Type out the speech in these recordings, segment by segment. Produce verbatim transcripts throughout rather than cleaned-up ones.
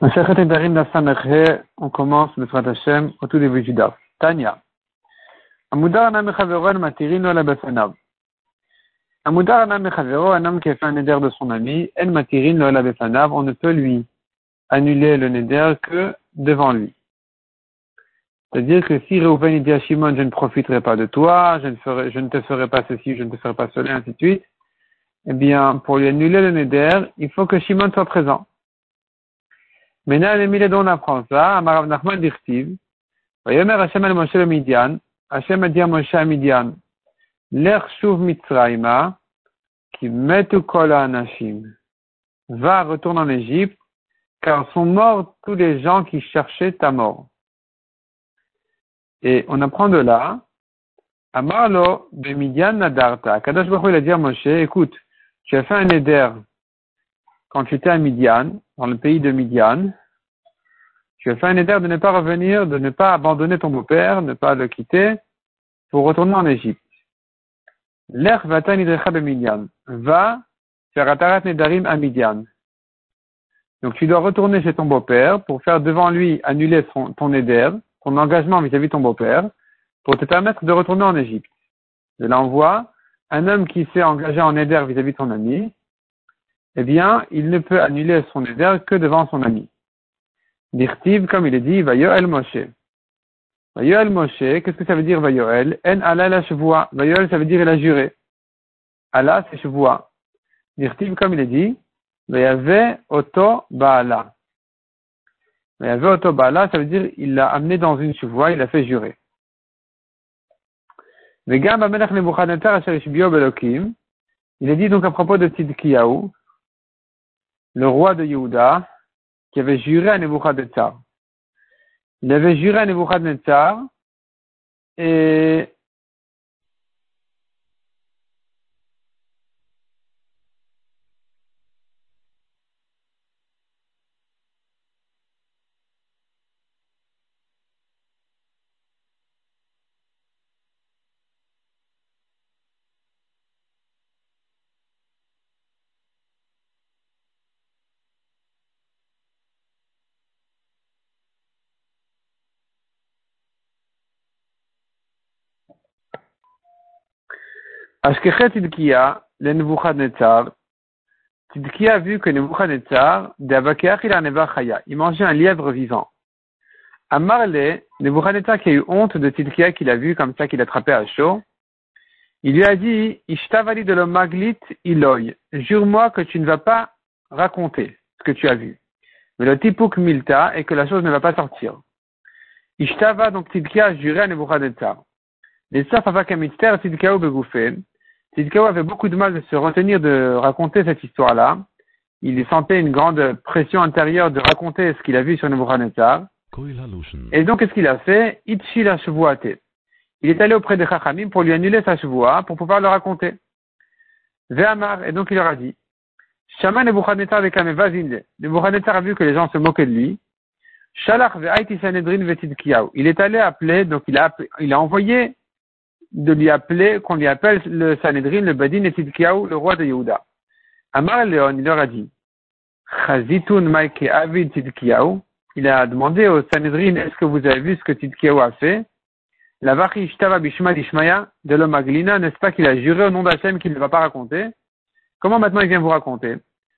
Masechet Nedarim Daf Samech, on commence le Srat Hashem au tout début du Daf. Tanya. Amudar Anam Mechavero Matirin Lo La Befanav. Amudar Anam Mechavero, un homme qui a fait un neder de son ami, En Matirin Lo La Befanav, on ne peut lui annuler le neder que devant lui. C'est-à-dire que si Reuven dit à Shimon, je ne profiterai pas de toi, je ne, ferai, je ne te ferai pas ceci, je ne te ferai pas cela, et ainsi de suite, eh bien, pour lui annuler le neder, il faut que Shimon soit présent. Maintenant, les mille dont on apprend ça, Amarav Nachman d'Irtiv, Vayomer Hashem al Moshe le Midian, Hashem a dit à Moshe à Midian, L'er shuv Mitzrayma, qui metu kol ha'anashim, va, retourne en Égypte, car sont morts tous les gens qui cherchaient ta mort. Et on apprend de là, Amarlo be Midian nadarta, Kadosh Baruch Hu il a dit à Moshe, écoute, tu as fait un neder quand tu étais à Midian, dans le pays de Midian, tu as fait un éder de ne pas revenir, de ne pas abandonner ton beau-père, de ne pas le quitter, pour retourner en Égypte. L'ech vata nidrecha be Midian. Va faire atarat nedarim à Midian. Donc tu dois retourner chez ton beau-père pour faire devant lui annuler son, ton éder, ton engagement vis-à-vis de ton beau-père, pour te permettre de retourner en Égypte. De là on voit un homme qui s'est engagé en éder vis-à-vis de son ami, eh bien, il ne peut annuler son éder que devant son ami. Dirtiv, comme il est dit, Vayoel Moshe. Vayoel Moshe, qu'est-ce que ça veut dire Vayoel? En Allah la chevoua. Vayoel, ça veut dire il a juré. Allah, c'est chevoua. Dirtiv, comme il est dit, Vayave Oto Baala. Vayave Oto Baala, ça veut dire il l'a amené dans une chevoua, il l'a fait jurer. Vegam Amelech Nebuchadnezzar Asher Ishbio Belokim. Il est dit donc à propos de Tzidkiyahu, le roi de Yehuda, qui avait juré à Nebuchadnezzar. Il avait juré à Nebuchadnezzar et Ashkechet Tzidkiya, le Nebuchadnezzar. Tzidkiya a vu que Nebuchadnezzar, il mangeait un lièvre vivant. Amarle, Nebuchadnezzar qui a eu honte de Tzidkiya qu'il a vu comme ça, qu'il attrapait à chaud, il lui a dit, Ishtavali de l'omaglit iloy, jure-moi que tu ne vas pas raconter ce que tu as vu. Mais le tipuk milta, et que la chose ne va pas sortir. Ishtava, donc Tzidkiya a juré à Nebuchadnezzar. Les safava kamister Tzidkiyahu begoufé. Tzidkiyahu avait beaucoup de mal de se retenir de raconter cette histoire-là. Il sentait une grande pression intérieure de raconter ce qu'il a vu sur Nebuchadnezzar. Et donc, qu'est-ce qu'il a fait? Itchi la chevuate. Il est allé auprès de Chachamim pour lui annuler sa chevoua, pour pouvoir le raconter. Ve'amar, et donc il leur a dit, Shama Nebuchadnezzar vekame vazinde. Nebuchadnezzar a vu que les gens se moquaient de lui. Shalach ve'aiti sanedrin ve'Tzidkiyahu. Il est allé appeler, donc il a, appelé, il a envoyé de lui appeler, qu'on lui appelle le Sanhedrin, le Badin et Tzidkiyahu, le roi de Yehuda. Amar Léon, il leur a dit, Chazitun Maike Avid Tzidkiyahu. Il a demandé au Sanhedrin, est-ce que vous avez vu ce que Tzidkiyahu a fait? La vachi Ishtava Bishma Dishmaya de l'Omaglina, n'est-ce pas qu'il a juré au nom d'Hachem qu'il ne va pas raconter? Comment maintenant il vient vous raconter?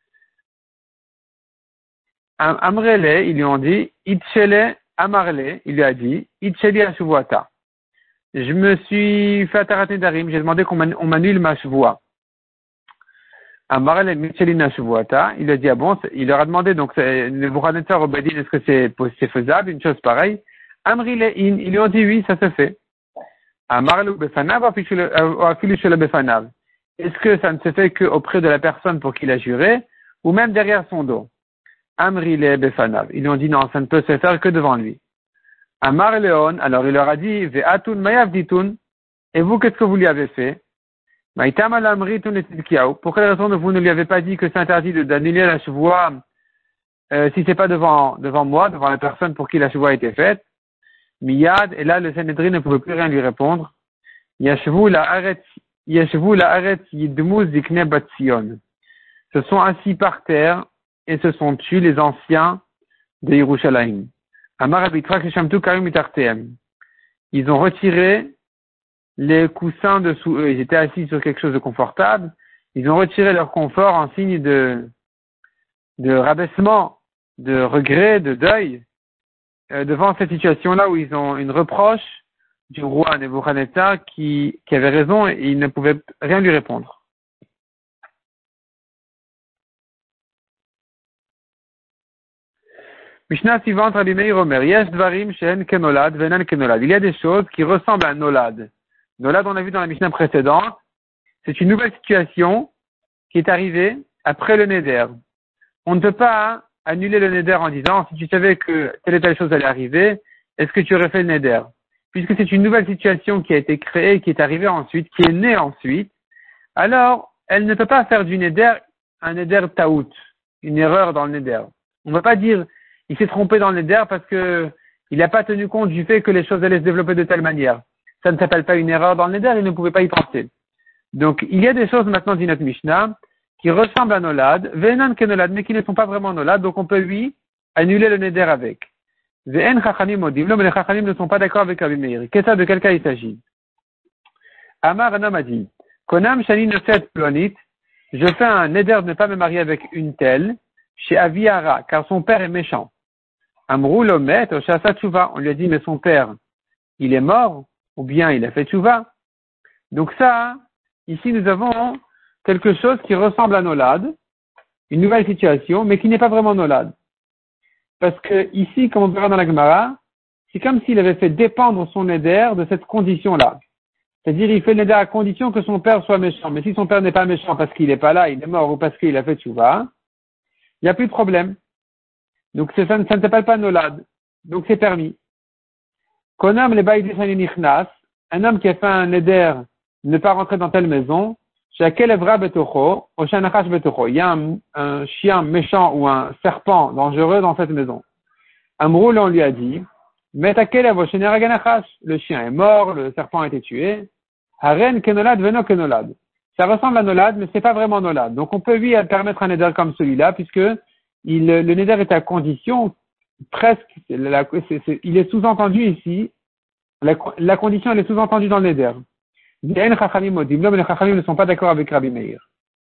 Amrele, ils lui ont dit, Itchele Amarle, il lui a dit, Itcheli Ashuvuata. Je me suis fait atarat nedarim, j'ai demandé qu'on m'annule ma chevoua. Amarel Michelina Chevuata, il a dit, ah bon, il leur a demandé, donc, Nebuchadnezzar au Badin, est-ce que c'est, c'est faisable, une chose pareille? Amri Le'in, ils lui ont dit, oui, ça se fait. Amarel ou Befanav, ou Afilu Shel Befanav. Est-ce que ça ne se fait qu'auprès de la personne pour qui il a juré, ou même derrière son dos? Amri Le Befanav. Ils lui ont dit, non, ça ne peut se faire que devant lui. Amar Léon, alors il leur a dit, Ve'atun mayavditun, et vous, qu'est-ce que vous lui avez fait? Maïtam alamritun et Tzidkiyahu. Pour quelle raison vous ne lui avez pas dit que c'est interdit de, d'annuler la chevoua, euh, si c'est pas devant, devant moi, devant la personne pour qui la chevoua a été faite? Miyad, et là, le Sanhedrin ne pouvait plus rien lui répondre. Yashevu la aret, Yashevu la aret yidmuz dikne batzion. Se sont assis par terre, et se sont tués les anciens de Yerushalayim. Amar Abitra Keshamtu Karim Mitarteem. Ils ont retiré les coussins dessous eux. Ils étaient assis sur quelque chose de confortable. Ils ont retiré leur confort en signe de, de rabaissement, de regret, de deuil, euh, devant cette situation-là où ils ont une reproche du roi Nebuchadnezzar qui, qui avait raison et il ne pouvait rien lui répondre. Mishnah suivante, Rabbi Meir Omer, Yesh dvarim she'en kenolad ve'enan kenolad. Il y a des choses qui ressemblent à un nolad. Nolad, on a vu dans la Mishnah précédente, c'est une nouvelle situation qui est arrivée après le neder. On ne peut pas annuler le neder en disant, si tu savais que telle et telle chose allait arriver, est-ce que tu aurais fait le neder? Puisque c'est une nouvelle situation qui a été créée, qui est arrivée ensuite, qui est née ensuite, alors elle ne peut pas faire du neder un neder taout, une erreur dans le neder. On ne va pas dire, il s'est trompé dans le neder parce que il n'a pas tenu compte du fait que les choses allaient se développer de telle manière. Ça ne s'appelle pas une erreur dans le neder, il ne pouvait pas y penser. Donc, il y a des choses maintenant dans notre Mishnah qui ressemblent à Nolad, Ve'enan kenolad, mais qui ne sont pas vraiment Nolad, donc on peut lui annuler le neder avec. Ve'en chachamim odim, mais les chachamim ne sont pas d'accord avec Rabbi Meir. Qu'est-ce que de quel cas il s'agit? Amar Anam a dit, Konam shani noset plonit, je fais un neder de ne pas me marier avec une telle, chez Aviara, car son père est méchant. Amrou lomet, oshasa tchouva, on lui a dit, mais son père, il est mort, ou bien il a fait tchouva. Donc ça, ici nous avons quelque chose qui ressemble à Nolad, une nouvelle situation, mais qui n'est pas vraiment Nolad. Parce que ici, comme on verra dans la Gemara, c'est comme s'il avait fait dépendre son neder de cette condition-là. C'est-à-dire, il fait le neder à condition que son père soit méchant. Mais si son père n'est pas méchant parce qu'il n'est pas là, il est mort, ou parce qu'il a fait tchouva, il n'y a plus de problème. Donc ça, ça ne s'appelle pas Nolad. Donc c'est permis. Konam le baïdé nichnas, un homme qui a fait un neder ne pas rentrer dans telle maison, il y a un, un chien méchant ou un serpent dangereux dans cette maison. Amroul, on lui a dit, le chien est mort, le serpent a été tué. Haren kenolad veno kenolad. Ça ressemble à Nolad, mais c'est pas vraiment Nolad. Donc on peut lui permettre un neder comme celui-là, puisque il, le neder est à condition presque, la, c'est, c'est, il est sous-entendu ici, la, la condition elle est sous-entendue dans le neder. Les chachamim ne sont pas d'accord avec Rabbi Meir.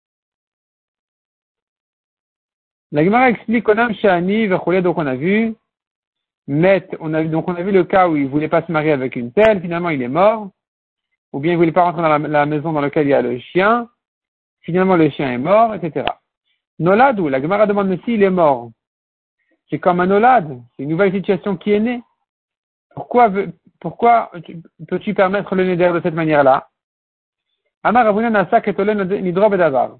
La Gemara explique Onam Shani vechule, donc on a vu, Met, on a vu, donc on a vu le cas où il voulait pas se marier avec une telle, finalement il est mort, ou bien il voulait pas rentrer dans la, la maison dans laquelle il y a le chien, finalement le chien est mort, et cetera. Noladou, la Gemara demande mais si il est mort, c'est comme un nolad, c'est une nouvelle situation qui est née. Pourquoi, pourquoi peux-tu permettre le neder de cette manière-là? Amar Avunan Asak et Olen Nidro Bedavar.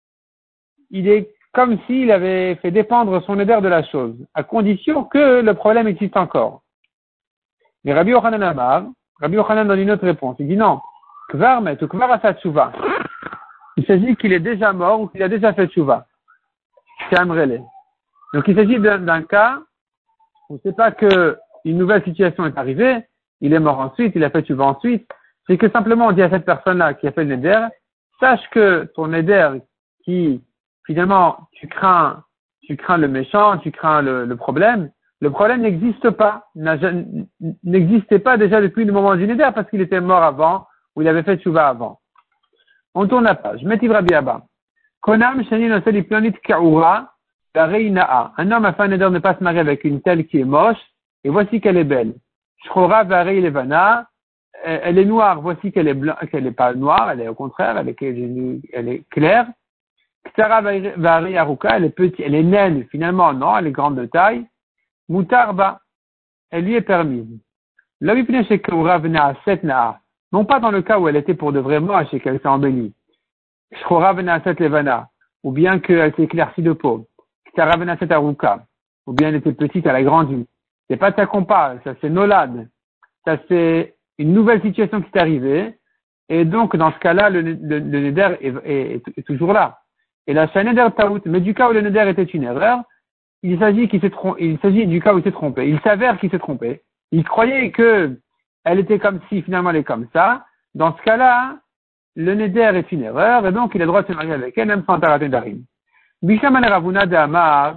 Il est comme s'il avait fait dépendre son neder de la chose, à condition que le problème existe encore. Mais Rabbi Yochanan Amar, Rabbi Yochanan donne une autre réponse. Il dit non. Kvar met ou kvar asat tchouva. Il s'agit qu'il est déjà mort ou qu'il a déjà fait tchouva. C'est Amrele. Donc il s'agit d'un, d'un cas où c'est pas que une nouvelle situation est arrivée, il est mort ensuite, il a fait tchouva ensuite. C'est que simplement on dit à cette personne-là qui a fait le neder, sache que ton neder qui, finalement, tu crains, tu crains le méchant, tu crains le, le problème, le problème n'existe pas, n'a, n'existait pas déjà depuis le moment du neder parce qu'il était mort avant ou il avait fait tchouva avant. On tourne la page. Metiv Rabbi Abba. Konam shani nosel plonit ka'ura vareina'a. Un homme a fait un neder de ne pas se marier avec une telle qui est moche et voici qu'elle est belle. Shchora varei levana. Elle est noire, voici qu'elle est blanc, qu'elle n'est pas noire, elle est au contraire, elle est, elle est claire. Ktara vari aruka, elle est petite, elle est naine, finalement, non, elle est grande de taille. Mutarba, elle lui est permise. L'obipne chez Kaura venait à sept naa. Non pas dans le cas où elle était pour de vrai moche et qu'elle s'est embellie. Shchora venait à sept levana. Ou bien qu'elle s'est éclaircie de peau. Ktara venait à sept aruka. Ou bien elle était petite, elle a grandi. C'est pas de ça qu'on parle, ça c'est nolad. Ça c'est une nouvelle situation qui est arrivée, et donc dans ce cas-là, le, le, le neder est, est, est toujours là. Et là, c'est un neder taout, mais du cas où le neder était une erreur, il s'agit qu'il s'est trompé, il s'agit du cas où il s'est trompé. Il s'avère qu'il s'est trompé. Il croyait que elle était comme si, finalement elle est comme ça. Dans ce cas-là, le neder est une erreur, et donc il a le droit de se marier avec elle, même sans taraté d'arim. Bisham al Ravuna de Amar,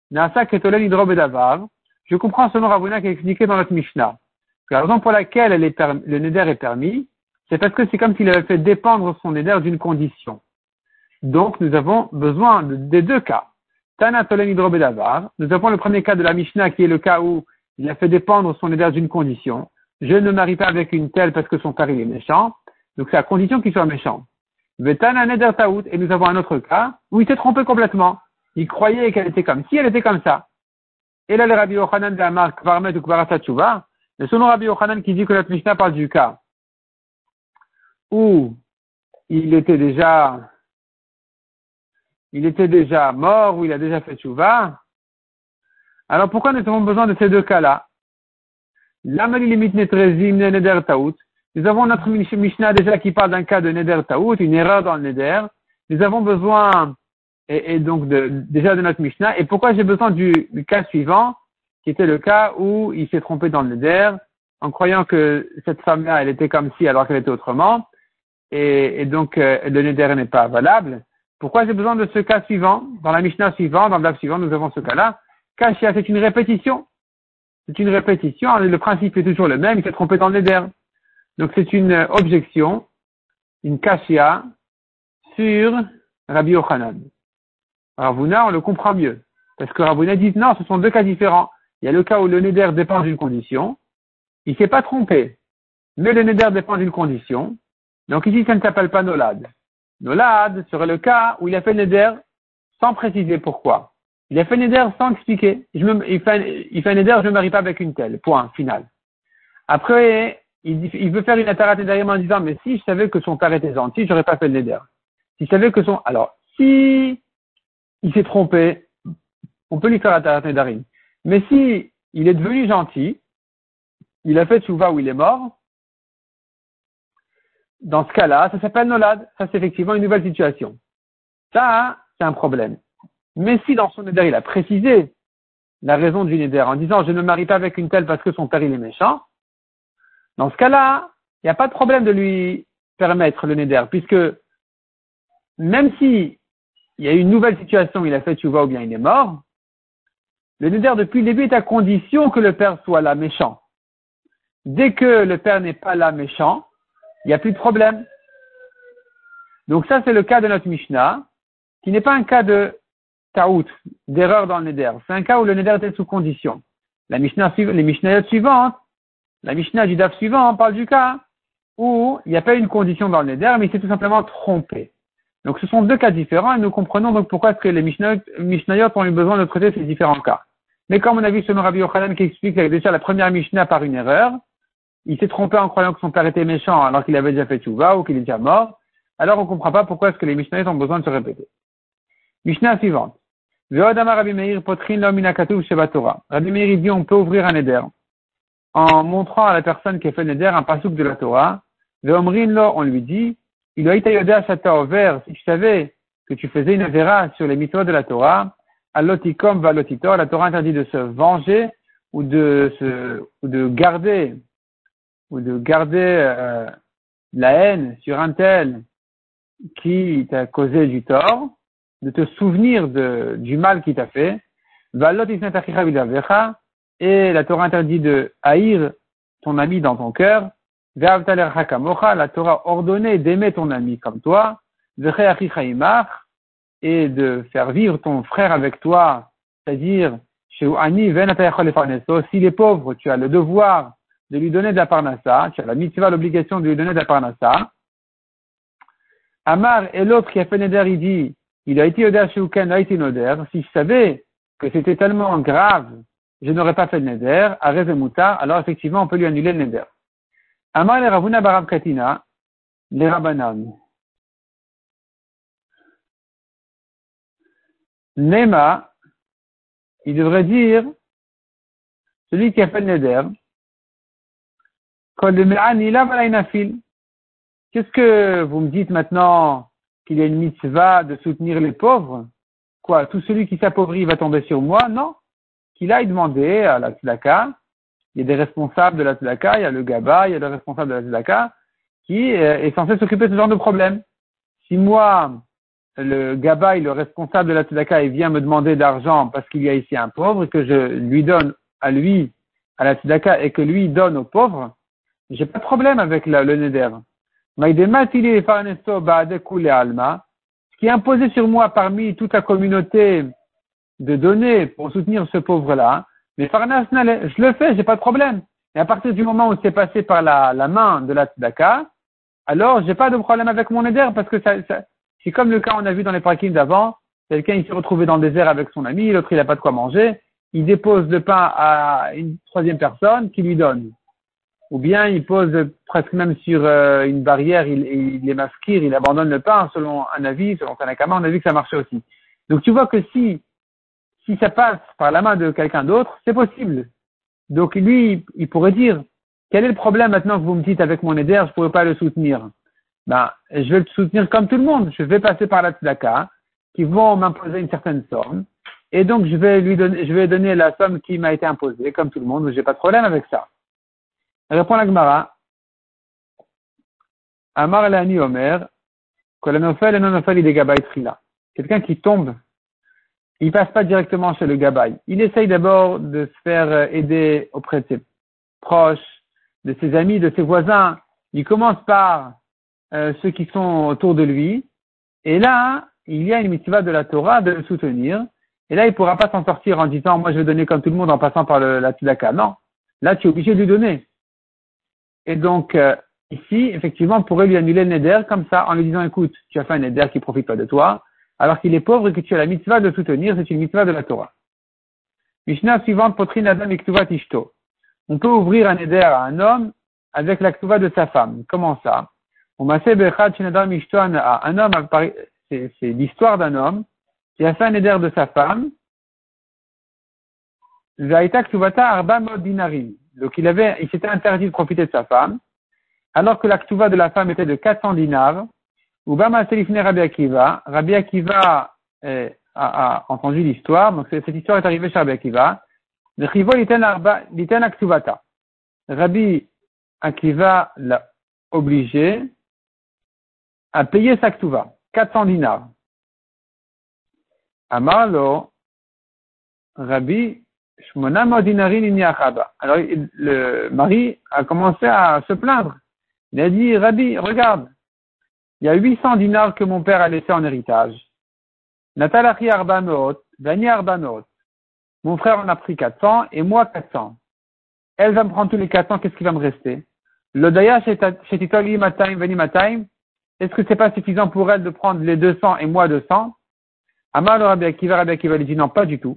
Nasa Ketolen Hidro Bedavar. Je comprends selon Ravuna qui est expliqué dans notre Mishnah. La raison pour laquelle elle est permis, le neder est permis, c'est parce que c'est comme s'il avait fait dépendre son neder d'une condition. Donc, nous avons besoin de, des deux cas. Tana Tolen Hidro Bedavar. Nous avons le premier cas de la Mishnah qui est le cas où il a fait dépendre son neder d'une condition. Je ne me marie pas avec une telle parce que son père il est méchant. Donc, c'est à condition qu'il soit méchant. Vetana Neder Taout. Et nous avons un autre cas où il s'est trompé complètement. Il croyait qu'elle était comme si elle était comme ça. Et là, le Rabbi Yochanan de la marque Kvarmet ou Kvarata Tshuva, mais selon Rabbi Yochanan qui dit que notre Mishnah parle du cas où il était déjà, il était déjà mort, où il a déjà fait Tshuva, alors pourquoi nous avons besoin de ces deux cas-là? L'amali limite netrezim neder taout. Nous avons notre Mishnah déjà qui parle d'un cas de neder taout, une erreur dans le neder. Nous avons besoin Et, et donc de, déjà de notre Mishnah. Et pourquoi j'ai besoin du, du cas suivant, qui était le cas où il s'est trompé dans le neder, en croyant que cette femme-là, elle était comme si alors qu'elle était autrement, et, et donc euh, le neder n'est pas valable. Pourquoi j'ai besoin de ce cas suivant? Dans la Mishnah suivante, dans le daf suivant, nous avons ce cas-là. Kashia, c'est une répétition. C'est une répétition. Le principe est toujours le même. Il s'est trompé dans le neder. Donc c'est une objection, une kashia sur Rabbi Yochanan. Ravuna, on le comprend mieux. Parce que Ravuna dit, non, ce sont deux cas différents. Il y a le cas où le neder dépend d'une condition. Il s'est pas trompé. Mais le neder dépend d'une condition. Donc ici, ça ne s'appelle pas nolad. Nolad serait le cas où il a fait le neder sans préciser pourquoi. Il a fait le neder sans expliquer. Je me, il fait, il fait un neder, je ne me marie pas avec une telle. Point, final. Après, il, il veut faire une atarat nedarim en disant, mais si je savais que son père était gentil, j'aurais pas fait le neder. Si je savais que son, alors, si il s'est trompé, on peut lui faire la Tarat Nedarim. Mais si il est devenu gentil, il a fait Tshuva où il est mort, dans ce cas-là, ça s'appelle Nolad. Ça, c'est effectivement une nouvelle situation. Ça, c'est un problème. Mais si dans son Neder, il a précisé la raison du Neder en disant je ne me marie pas avec une telle parce que son père il est méchant, dans ce cas-là, il n'y a pas de problème de lui permettre le Neder, puisque même si il y a eu une nouvelle situation, il a fait Tshuva ou bien il est mort, le neder depuis le début est à condition que le père soit là méchant. Dès que le père n'est pas là méchant, il n'y a plus de problème. Donc ça c'est le cas de notre Mishnah, qui n'est pas un cas de taout, d'erreur dans le neder. C'est un cas où le neder était sous condition. La Mishnah, les Mishnayot suivantes, la Mishnah du daf suivant parle du cas où il n'y a pas eu une condition dans le neder, mais il s'est tout simplement trompé. Donc ce sont deux cas différents et nous comprenons donc pourquoi est-ce que les Mishnayot, Mishnayot ont eu besoin de traiter ces différents cas. Mais comme on a vu selon Rabbi Yochanan qui explique que déjà la première Mishnah par une erreur, il s'est trompé en croyant que son père était méchant alors qu'il avait déjà fait Tshuva ou qu'il est déjà mort, alors on ne comprend pas pourquoi est-ce que les Mishnayot ont besoin de se répéter. Mishnah suivante. Ve'odama Rabbi Meir potrin lo min hakatuv sheba Torah. Rabbi Meir dit on peut ouvrir un neder en montrant à la personne qui a fait le neder un pasuk de la Torah. Ve'omrin lo, on lui dit il a été yodea shata over, si tu savais que tu faisais une avéra sur les mitzvot de la Torah, alotikom va lotitor, la Torah interdit de se venger ou de se, ou de garder, ou de garder euh, la haine sur un tel qui t'a causé du tort, de te souvenir de, du mal qu'il t'a fait, va lotisnatachicha vidavecha, et la Torah interdit de haïr ton ami dans ton cœur, la Torah a ordonné d'aimer ton ami comme toi, et de faire vivre ton frère avec toi, c'est-à-dire, s'il est pauvre, tu as le devoir de lui donner de la parnassa, tu as la mitzvah, l'obligation de lui donner de la parnassa. Amar et l'autre qui a fait neder, il dit, il a été yoder sheuken, a été noder, si je savais que c'était tellement grave, je n'aurais pas fait le neder, à Rezemuta, alors effectivement on peut lui annuler le neder. Amar le Ravuna Barav Katina, les Rabbanan. Nema, il devrait dire, celui qui a fait le neder, qu'est-ce que vous me dites maintenant qu'il y a une mitzvah de soutenir les pauvres? Quoi, tout celui qui s'appauvrit va tomber sur moi? Non. Qu'il aille demander à la tzedaka. Il y a des responsables de la tzedaka, il y a le gaba, il y a le responsable de la tzedaka qui est censé s'occuper de ce genre de problème. Si moi, le Gabaï, le responsable de la tzedaka, il vient me demander d'argent parce qu'il y a ici un pauvre et que je lui donne à lui, à la tzedaka, et que lui donne aux pauvres, j'ai pas de problème avec la, le neder. Ce qui est imposé sur moi parmi toute la communauté de donner pour soutenir ce pauvre-là, mais Farnas, je le fais, j'ai pas de problème. Et à partir du moment où c'est passé par la, la main de la tzedaka, alors j'ai pas de problème avec mon neder parce que ça, ça c'est comme le cas on a vu dans les parakim d'avant, quelqu'un il s'est retrouvé dans le désert avec son ami, l'autre il a pas de quoi manger, il dépose le pain à une troisième personne qui lui donne. Ou bien il pose presque même sur euh, une barrière, il, il est masquir, il abandonne le pain selon un avis, selon Tanakama, on a vu que ça marchait aussi. Donc tu vois que si si ça passe par la main de quelqu'un d'autre, c'est possible. Donc lui, il pourrait dire, quel est le problème maintenant que vous me dites avec mon éder, je ne pourrais pas le soutenir? Ben, je vais le soutenir comme tout le monde. Je vais passer par la tzedaka, qui vont m'imposer une certaine somme, et donc je vais lui donner, je vais donner la somme qui m'a été imposée, comme tout le monde, j'ai pas de problème avec ça. Répond la Gemara. Amar Lani Omer, Kolanofel et Nonofel il est Gabaï Trila. Quelqu'un qui tombe, il passe pas directement chez le Gabaï. Il essaye d'abord de se faire aider auprès de ses proches, de ses amis, de ses voisins. Il commence par euh, ceux qui sont autour de lui. Et là, il y a une mitzvah de la Torah de le soutenir. Et là, il pourra pas s'en sortir en disant, moi je vais donner comme tout le monde en passant par le, la tzedaka. Non. Là, tu es obligé de lui donner. Et donc, euh, ici, effectivement, on pourrait lui annuler le neder comme ça, en lui disant, écoute, tu as fait un neder qui profite pas de toi, alors qu'il est pauvre et que tu as la mitzvah de soutenir, c'est une mitzvah de la Torah. Mishnah suivante, Potrin Adam Iktuvat Ishto. On peut ouvrir un neder à un homme avec la ktuva de sa femme. Comment ça? Un homme, c'est, c'est l'histoire d'un homme qui a fait un neder de sa femme. Donc il avait, il s'était interdit de profiter de sa femme, alors que la ktuva de la femme était de quatre cents dinars. Rabbi Akiva, Rabbi Akiva eh, a, a entendu l'histoire, donc cette histoire est arrivée chez Rabbi Akiva. Rabbi Akiva l'a obligé à payer sa ktuva, quatre cents dinars. Amarlo, Rabbi Shmona dinarin inyachaba. Alors le mari a commencé à se plaindre. Il a dit, Rabbi, regarde, il y a huit cents dinars que mon père a laissé en héritage. Natalachi arbanot, Dani arbanot. Mon frère en a pris quatre cents et moi quatre cents. Elle va me prendre tous les quatre cents, qu'est-ce qui va me rester? L'odaya shetitoli mataim veni mataim. Est-ce que c'est pas suffisant pour elle de prendre les deux cents et moi deux cents? Amar le Rabbi Akiva, Rabbi Akiva lui dit non, pas du tout.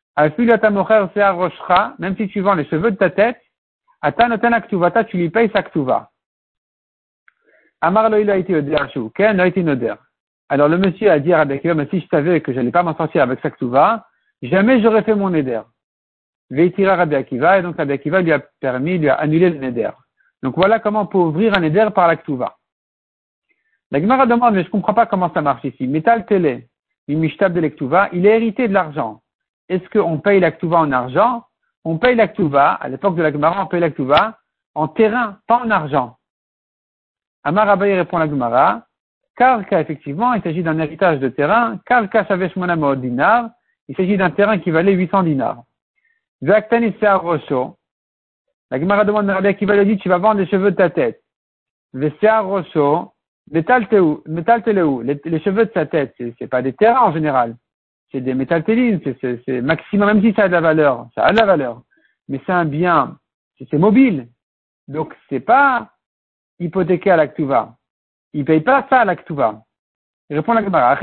Même si tu vends les cheveux de ta tête, atanoten aktuvata, tu lui payes sa ktuva. Amar lo il a été oder chou, ken a été oder. Alors le monsieur a dit à Rabbi Akiva, mais si je savais que je n'allais pas m'en sortir avec sa ktuva, jamais j'aurais fait mon neder. Veitira Rabbi Akiva, et donc Rabbi Akiva lui a permis, lui a annulé le neder. Donc voilà comment on peut ouvrir un neder par la ktuva. La Gemara demande, mais je comprends pas comment ça marche ici. Metal télé, l'imishtab de l'ektuva, il est hérité de l'argent. Est-ce qu'on paye la ktuva en argent? On paye la ktuva, à l'époque de la Gemara, on paye la ktuva en terrain, pas en argent. Amar Abaye répond à la Gemara, Karka, effectivement, il s'agit d'un héritage de terrain. Karka shavesh monamot dinar, il s'agit d'un terrain qui valait huit cents dinars. Zaktani se'ar rosho, la Gemara demande à Rabbi Akiva, lui dit, tu vas vendre les cheveux de ta tête. Vese'ar rosho, métal teleu, les, les cheveux de sa tête, c'est, c'est pas des terrains en général. C'est des métaltélines, c'est, c'est, c'est maximum, même si ça a de la valeur, ça a de la valeur. Mais c'est un bien, c'est, c'est mobile. Donc, c'est pas hypothéqué à la ktuva. Il paye pas ça à la ktuva. Il répond à la Gemara.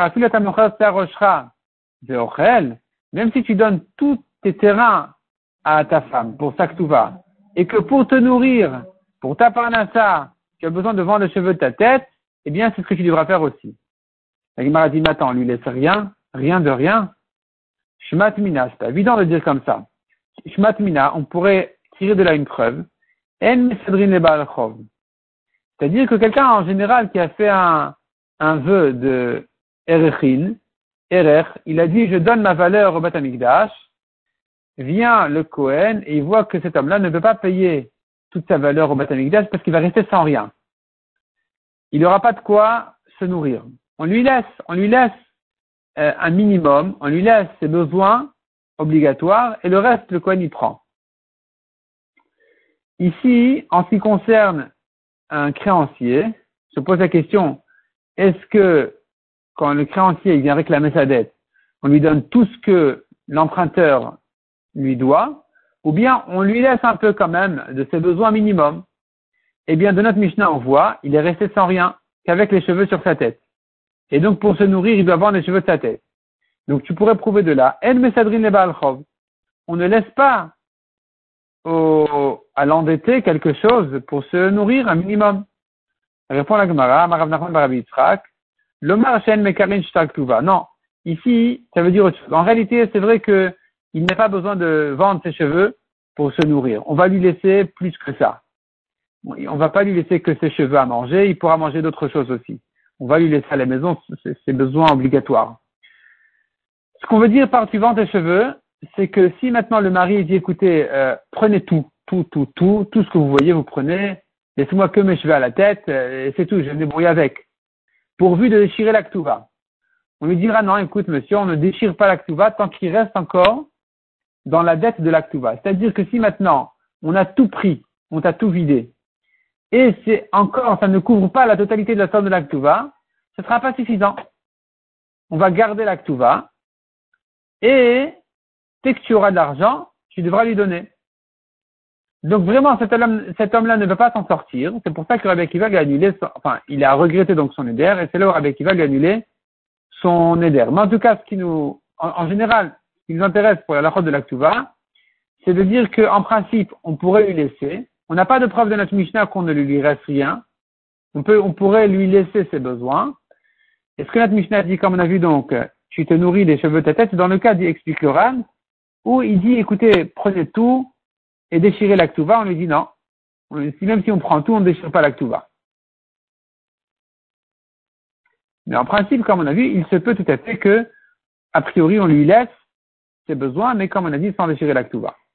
Même si tu donnes tous tes terrains à ta femme pour sa ktuva, et que pour te nourrir, pour ta parnassa, tu as besoin de vendre les cheveux de ta tête, eh bien, c'est ce que tu devras faire aussi. La Gemara dit, mais attends, on lui laisse rien, rien de rien. Shmat mina, c'est pas évident de dire comme ça. Shmat mina, on pourrait tirer de là une preuve. En mesedrin le baal chov. C'est-à-dire que quelqu'un, en général, qui a fait un, un vœu de erechin, erer, il a dit, je donne ma valeur au Beth Amikdash, vient le Kohen et il voit que cet homme-là ne peut pas payer toute sa valeur au Beth Amikdash parce qu'il va rester sans rien. Il n'aura pas de quoi se nourrir. on lui laisse, on lui laisse euh, un minimum, on lui laisse ses besoins obligatoires et le reste, le Kohen y prend. Ici, en ce qui concerne un créancier, je pose la question, est-ce que quand le créancier vient réclamer sa dette, on lui donne tout ce que l'emprunteur lui doit, ou bien on lui laisse un peu quand même de ses besoins minimums? Eh bien, de notre Mishnah, on voit, il est resté sans rien, qu'avec les cheveux sur sa tête. Et donc, pour se nourrir, il doit avoir les cheveux de sa tête. Donc, tu pourrais prouver de là, En mesadrin le Baal Chov. On ne laisse pas au, à l'endetté quelque chose pour se nourrir un minimum. Répond la Gemara, Marav Nachman bar Rabbi Yitzchak, Lomar Shen Mekarin Shtak Tuva. Non. Ici, ça veut dire autre chose. En réalité, c'est vrai que il n'a pas besoin de vendre ses cheveux pour se nourrir. On va lui laisser plus que ça. On va pas lui laisser que ses cheveux à manger, il pourra manger d'autres choses aussi. On va lui laisser à la maison ses besoins obligatoires. Ce qu'on veut dire par tu vends tes cheveux, c'est que si maintenant le mari dit écoutez, euh, prenez tout, tout, tout, tout, tout ce que vous voyez, vous prenez, laissez-moi que mes cheveux à la tête, euh, et c'est tout, je vais me débrouiller avec. Pourvu de déchirer la ktuva. On lui dira non, écoute monsieur, on ne déchire pas la ktuva tant qu'il reste encore dans la dette de la ktuva. C'est-à-dire que si maintenant on a tout pris, on t'a tout vidé, et c'est encore, ça ne couvre pas la totalité de la somme de la ktuva, ce ne sera pas suffisant. On va garder la ktuva, et dès que tu auras de l'argent, tu devras lui donner. Donc vraiment, cet homme, cet homme-là ne peut pas s'en sortir. C'est pour ça que Rabbi Akiva lui a annulé, son, enfin, il a regretté donc son éder, et c'est là où Rabbi Akiva lui a annulé son éder. Mais en tout cas, ce qui nous, en, en général, ce qui nous intéresse pour la halachot de la ktuva, c'est de dire qu'en principe, on pourrait lui laisser. On n'a pas de preuve de notre Mishnah qu'on ne lui reste rien. On peut, on pourrait lui laisser ses besoins. Et ce que notre Mishnah dit, comme on a vu donc, tu te nourris des cheveux de ta tête, c'est dans le cas, il explique le Ran, où il dit, écoutez, prenez tout et déchirez la ktuva. On lui dit non. On lui dit, même si on prend tout, on ne déchire pas la ktuva. Mais en principe, comme on a vu, il se peut tout à fait que, a priori, on lui laisse ses besoins, mais comme on a dit, sans déchirer la ktuva.